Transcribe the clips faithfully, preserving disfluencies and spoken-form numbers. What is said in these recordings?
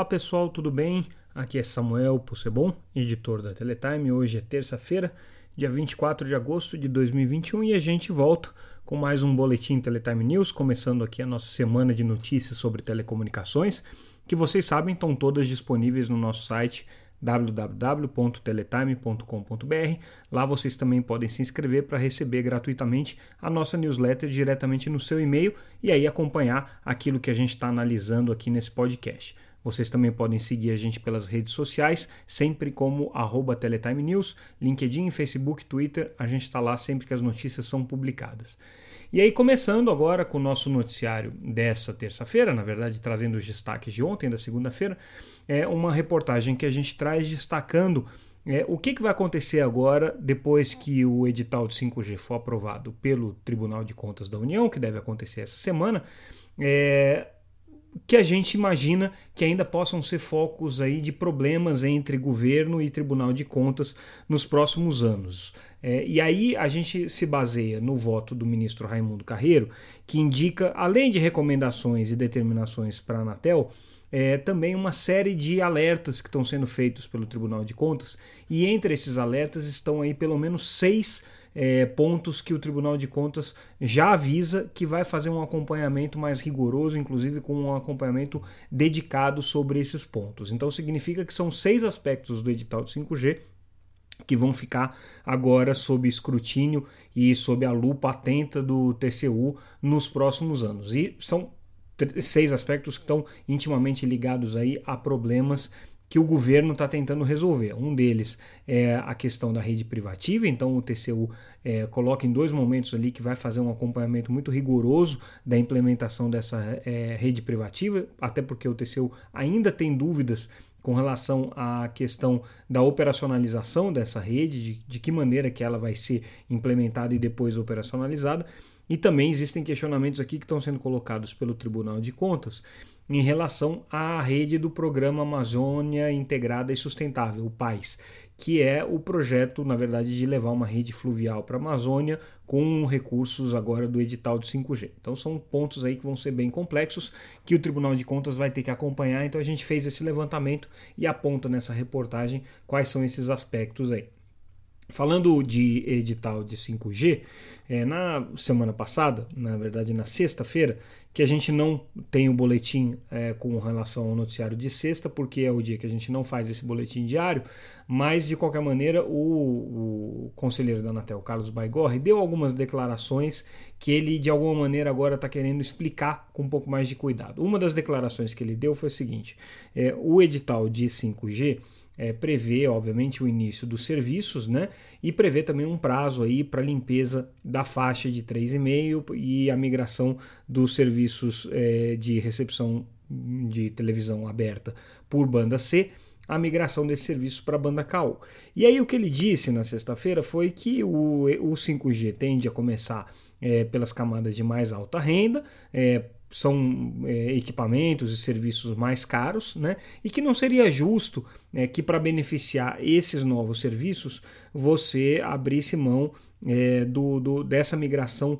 Olá pessoal, tudo bem? Aqui é Samuel Possebon, editor da Teletime. Hoje é terça-feira, dia vinte e quatro de agosto de dois mil e vinte e um, e a gente volta com mais um Boletim Teletime News, começando aqui a nossa semana de notícias sobre telecomunicações, que vocês sabem estão todas disponíveis no nosso site w w w ponto teletime ponto com ponto b r. Lá vocês também podem se inscrever para receber gratuitamente a nossa newsletter diretamente no seu e-mail e aí acompanhar aquilo que a gente está analisando aqui nesse podcast. Vocês também podem seguir a gente pelas redes sociais, sempre como arroba Teletime News, LinkedIn, Facebook, Twitter. A gente está lá sempre que as notícias são publicadas. E aí, começando agora com o nosso noticiário dessa terça-feira, na verdade trazendo os destaques de ontem, da segunda-feira, é uma reportagem que a gente traz destacando é, o que, que vai acontecer agora depois que o edital de cinco G for aprovado pelo Tribunal de Contas da União, que deve acontecer essa semana, é, que a gente imagina que ainda possam ser focos aí de problemas entre governo e Tribunal de Contas nos próximos anos. É, e aí a gente se baseia no voto do ministro Raimundo Carreiro, que indica, além de recomendações e determinações para a Anatel, é, também uma série de alertas que estão sendo feitos pelo Tribunal de Contas, e entre esses alertas estão aí pelo menos seis É, pontos que o Tribunal de Contas já avisa que vai fazer um acompanhamento mais rigoroso, inclusive com um acompanhamento dedicado sobre esses pontos. Então significa que são seis aspectos do edital de cinco G que vão ficar agora sob escrutínio e sob a lupa atenta do T C U nos próximos anos. E são seis aspectos que estão intimamente ligados aí a problemas que o governo está tentando resolver. Um deles é a questão da rede privativa, então o T C U é, coloca em dois momentos ali que vai fazer um acompanhamento muito rigoroso da implementação dessa é, rede privativa, até porque o T C U ainda tem dúvidas com relação à questão da operacionalização dessa rede, de, de que maneira que ela vai ser implementada e depois operacionalizada. E também existem questionamentos aqui que estão sendo colocados pelo Tribunal de Contas em relação à rede do Programa Amazônia Integrada e Sustentável, o PAIS, que é o projeto, na verdade, de levar uma rede fluvial para a Amazônia com recursos agora do edital de cinco G. Então são pontos aí que vão ser bem complexos, que o Tribunal de Contas vai ter que acompanhar, então a gente fez esse levantamento e aponta nessa reportagem quais são esses aspectos aí. Falando de edital de cinco G, é, na semana passada, na verdade na sexta-feira, que a gente não tem o boletim é, com relação ao noticiário de sexta, porque é o dia que a gente não faz esse boletim diário, mas de qualquer maneira o, o conselheiro da Anatel, Carlos Baigorre, deu algumas declarações que ele de alguma maneira agora está querendo explicar com um pouco mais de cuidado. Uma das declarações que ele deu foi o seguinte: é, o edital de cinco G É, prevê, obviamente, o início dos serviços, né? E prevê também um prazo aí para limpeza da faixa de três vírgula cinco e a migração dos serviços é, de recepção de televisão aberta por banda C, a migração desses serviços para a banda K U. E aí o que ele disse na sexta-feira foi que o, o cinco G tende a começar é, pelas camadas de mais alta renda, é, são é, equipamentos e serviços mais caros, né? E que não seria justo é, que para beneficiar esses novos serviços você abrisse mão é, do, do, dessa migração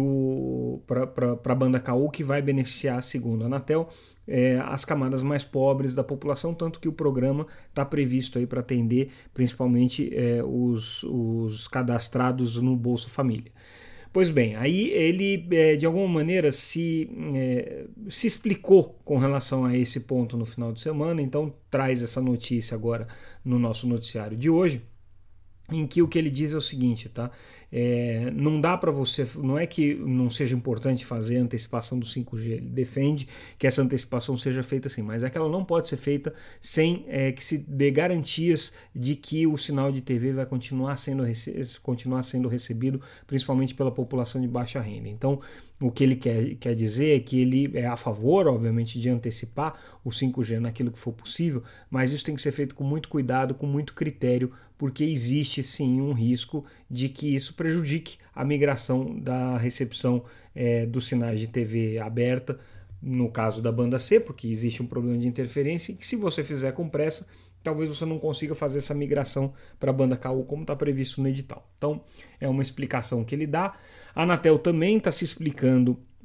para a banda K U, que vai beneficiar, segundo a Anatel, é, as camadas mais pobres da população, tanto que o programa está previsto aí para atender principalmente é, os, os cadastrados no Bolsa Família. Pois bem, aí ele de alguma maneira se, é, se explicou com relação a esse ponto no final de semana, então traz essa notícia agora no nosso noticiário de hoje, em que o que ele diz é o seguinte, tá? É, não dá para você, não é que não seja importante fazer a antecipação do cinco G, ele defende que essa antecipação seja feita assim, mas é que ela não pode ser feita sem é, que se dê garantias de que o sinal de T V vai continuar sendo, continuar sendo recebido, principalmente pela população de baixa renda. Então, o que ele quer, quer dizer é que ele é a favor, obviamente, de antecipar o cinco G naquilo que for possível, mas isso tem que ser feito com muito cuidado, com muito critério, porque existe sim um risco de que isso prejudique a migração da recepção é, dos sinais de T V aberta, no caso da banda C, porque existe um problema de interferência e que se você fizer com pressa, talvez você não consiga fazer essa migração para a banda K U como está previsto no edital. Então, é uma explicação que ele dá. A Anatel também está se explicando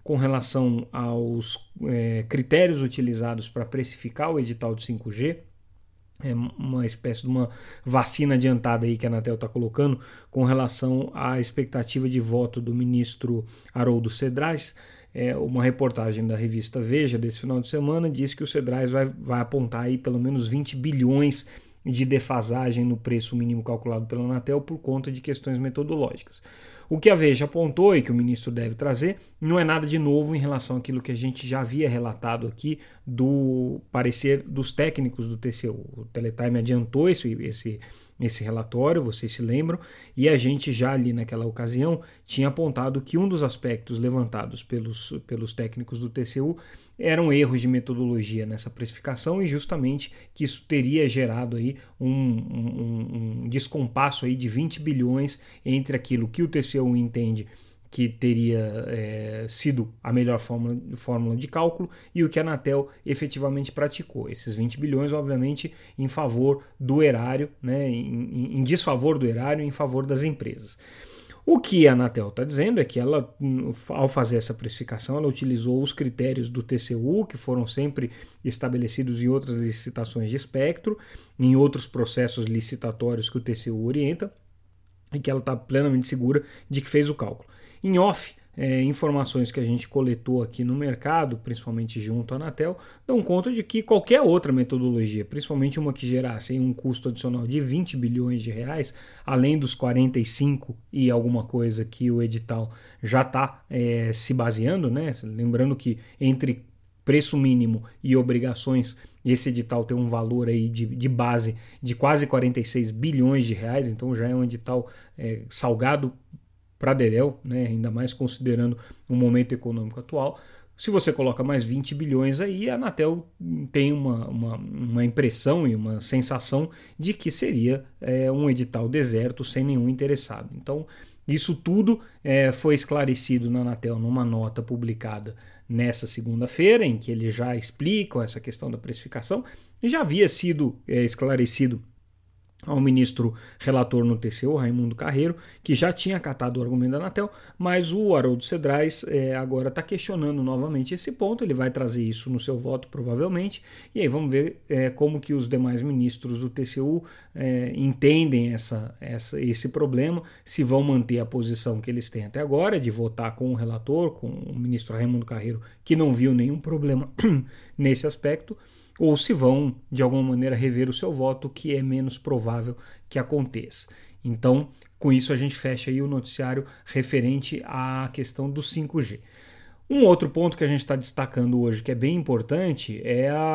com relação aos é, critérios utilizados para precificar o edital de cinco G. É uma espécie de uma vacina adiantada aí que a Anatel está colocando com relação à expectativa de voto do ministro Haroldo Cedrais. É, uma reportagem da revista Veja desse final de semana diz que o Cedrais vai, vai apontar aí pelo menos vinte bilhões de defasagem no preço mínimo calculado pela Anatel por conta de questões metodológicas. O que a Veja apontou e que o ministro deve trazer não é nada de novo em relação àquilo que a gente já havia relatado aqui do parecer dos técnicos do T C U. O Teletime adiantou esse, esse, esse relatório, vocês se lembram, e a gente já ali naquela ocasião tinha apontado que um dos aspectos levantados pelos, pelos técnicos do T C U eram erros de metodologia nessa precificação e justamente que isso teria gerado aí um, um, um descompasso aí de vinte bilhões entre aquilo que o T C U entende que teria é, sido a melhor fórmula, fórmula de cálculo e o que a Anatel efetivamente praticou. Esses vinte bilhões, obviamente, em favor do erário, né, em, em desfavor do erário, em favor das empresas. O que a Anatel está dizendo é que ela, ao fazer essa precificação, ela utilizou os critérios do T C U, que foram sempre estabelecidos em outras licitações de espectro, em outros processos licitatórios que o T C U orienta, e que ela está plenamente segura de que fez o cálculo. Em off, é, informações que a gente coletou aqui no mercado, principalmente junto à Anatel, dão conta de que qualquer outra metodologia, principalmente uma que gerasse um custo adicional de vinte bilhões de reais, além dos quarenta e cinco e alguma coisa que o edital já está é, se baseando, né? Lembrando que entre preço mínimo e obrigações, esse edital tem um valor aí de, de base de quase quarenta e seis bilhões de reais, então já é um edital é, salgado para Dedéu, né, ainda mais considerando o momento econômico atual. Se você coloca mais vinte bilhões aí, a Anatel tem uma, uma, uma impressão e uma sensação de que seria é, um edital deserto sem nenhum interessado. Então, isso tudo é, foi esclarecido na Anatel numa nota publicada nessa segunda-feira, em que eles já explicam essa questão da precificação. Já havia sido é, esclarecido ao ministro relator no T C U, Raimundo Carreiro, que já tinha acatado o argumento da Anatel, mas o Haroldo Cedrais é, agora está questionando novamente esse ponto, ele vai trazer isso no seu voto provavelmente, e aí vamos ver é, como que os demais ministros do T C U é, entendem essa, essa, esse problema, se vão manter a posição que eles têm até agora, de votar com o relator, com o ministro Raimundo Carreiro, que não viu nenhum problema nesse aspecto, ou se vão, de alguma maneira, rever o seu voto, que é menos provável que aconteça. Então, com isso a gente fecha aí o noticiário referente à questão do cinco G. Um outro ponto que a gente está destacando hoje, que é bem importante, é a,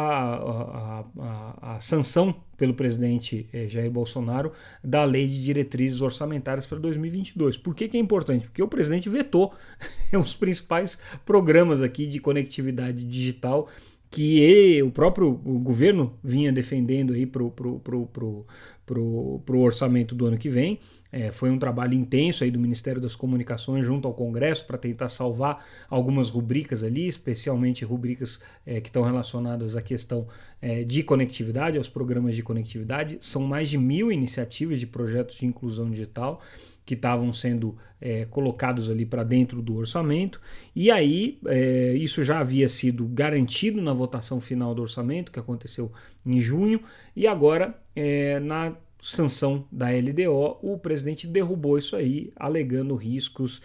a, a, a sanção pelo presidente Jair Bolsonaro da Lei de Diretrizes Orçamentárias para dois mil e vinte e dois. Por que que é importante? Porque o presidente vetou os principais programas aqui de conectividade digital que ele, o próprio o governo vinha defendendo aí para o pro, pro, pro, pro, pro orçamento do ano que vem. É, foi um trabalho intenso aí do Ministério das Comunicações junto ao Congresso para tentar salvar algumas rubricas ali, especialmente rubricas é, que estão relacionadas à questão é, de conectividade, aos programas de conectividade. São mais de mil iniciativas de projetos de inclusão digital que estavam sendo é, colocados ali para dentro do orçamento, e aí é, isso já havia sido garantido na votação final do orçamento, que aconteceu em junho, e agora é, na sanção da L D O, o presidente derrubou isso aí, alegando riscos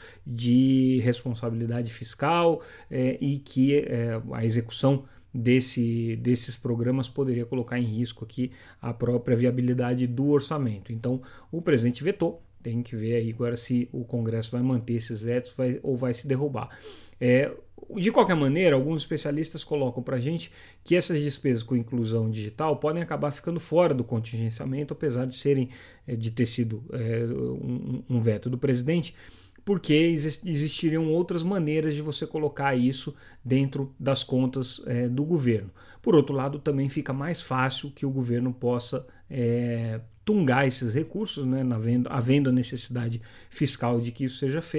de responsabilidade fiscal é, e que é, a execução Desse, desses programas poderia colocar em risco aqui a própria viabilidade do orçamento. Então o presidente vetou, tem que ver aí agora se o Congresso vai manter esses vetos vai, ou vai se derrubar. É, de qualquer maneira, alguns especialistas colocam para a gente que essas despesas com inclusão digital podem acabar ficando fora do contingenciamento, apesar de serem de ter sido é, um, um veto do presidente, porque existiriam outras maneiras de você colocar isso dentro das contas é, do governo. Por outro lado, também fica mais fácil que o governo possa é, tungar esses recursos, né, havendo, havendo a necessidade fiscal de que isso seja feito,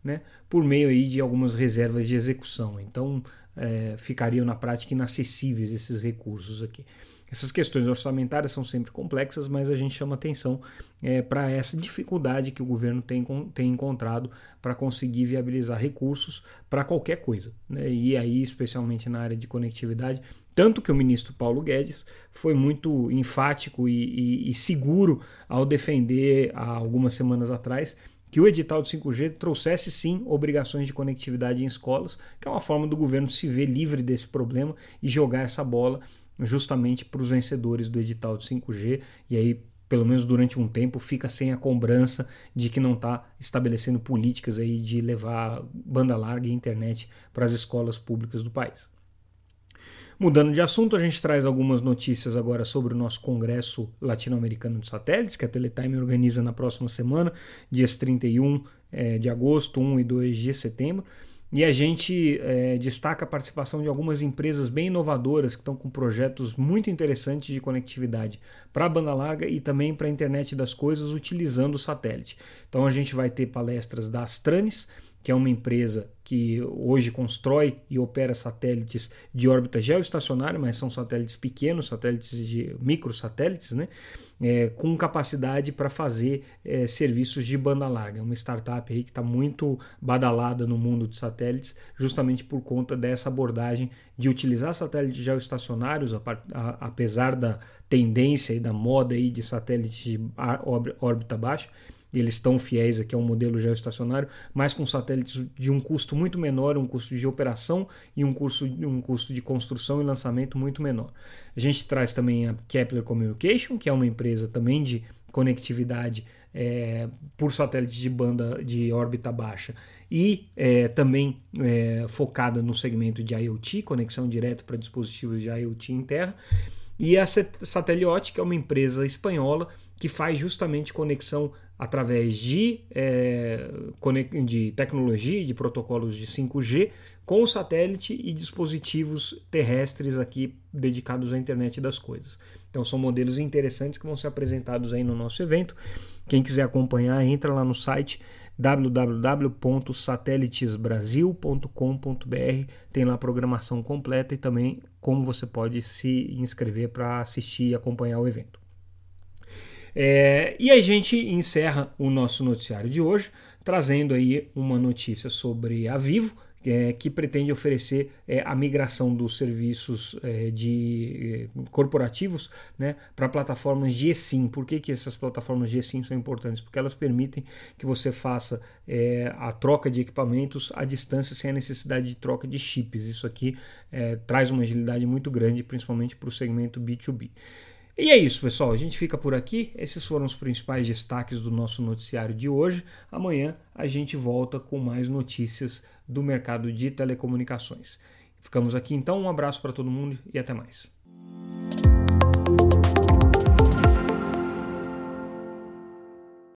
né, por meio aí de algumas reservas de execução. Então, é, ficariam na prática inacessíveis esses recursos aqui. Essas questões orçamentárias são sempre complexas, mas a gente chama atenção é, para essa dificuldade que o governo tem, tem encontrado para conseguir viabilizar recursos para qualquer coisa, né? E aí, especialmente na área de conectividade, tanto que o ministro Paulo Guedes foi muito enfático e, e, e seguro ao defender, há algumas semanas atrás, que o edital do cinco G trouxesse sim obrigações de conectividade em escolas, que é uma forma do governo se ver livre desse problema e jogar essa bola justamente para os vencedores do edital do cinco G, e aí, pelo menos durante um tempo, fica sem a cobrança de que não está estabelecendo políticas aí de levar banda larga e internet para as escolas públicas do país. Mudando de assunto, a gente traz algumas notícias agora sobre o nosso Congresso Latino-Americano de Satélites, que a Teletime organiza na próxima semana, dias trinta e um de agosto, um e dois de setembro. E a gente é, destaca a participação de algumas empresas bem inovadoras que estão com projetos muito interessantes de conectividade para a banda larga e também para a internet das coisas utilizando o satélite. Então a gente vai ter palestras da Astranis, que é uma empresa que hoje constrói e opera satélites de órbita geoestacionária, mas são satélites pequenos, satélites de microsatélites, né? É, com capacidade para fazer é, serviços de banda larga. É uma startup aí que está muito badalada no mundo de satélites, justamente por conta dessa abordagem de utilizar satélites geoestacionários, apesar da tendência e da moda aí de satélites de órbita baixa. Eles estão fiéis aqui ao modelo geoestacionário, mas com satélites de um custo muito menor, um custo de operação e um custo, um custo de construção e lançamento muito menor. A gente traz também a Kepler Communication, que é uma empresa também de conectividade é, por satélites de banda de órbita baixa e é, também é, focada no segmento de IoT, conexão direta para dispositivos de IoT em terra. E a Sateliot, que é uma empresa espanhola que faz justamente conexão através de, é, de tecnologia e de protocolos de cinco G com o satélite e dispositivos terrestres aqui dedicados à internet das coisas. Então são modelos interessantes que vão ser apresentados aí no nosso evento. Quem quiser acompanhar, entra lá no site w w w ponto satélitesbrasil ponto com ponto b r, tem lá a programação completa e também como você pode se inscrever para assistir e acompanhar o evento. É, e a gente encerra o nosso noticiário de hoje trazendo aí uma notícia sobre a Vivo, é, que pretende oferecer é, a migração dos serviços é, de, é, corporativos, né, para plataformas de eSIM. Por que, que essas plataformas de eSIM são importantes? Porque elas permitem que você faça é, a troca de equipamentos à distância sem a necessidade de troca de chips. Isso aqui é, traz uma agilidade muito grande, principalmente para o segmento B dois B. E é isso, pessoal. A gente fica por aqui. Esses foram os principais destaques do nosso noticiário de hoje. Amanhã a gente volta com mais notícias do mercado de telecomunicações. Ficamos aqui então. Um abraço para todo mundo e até mais.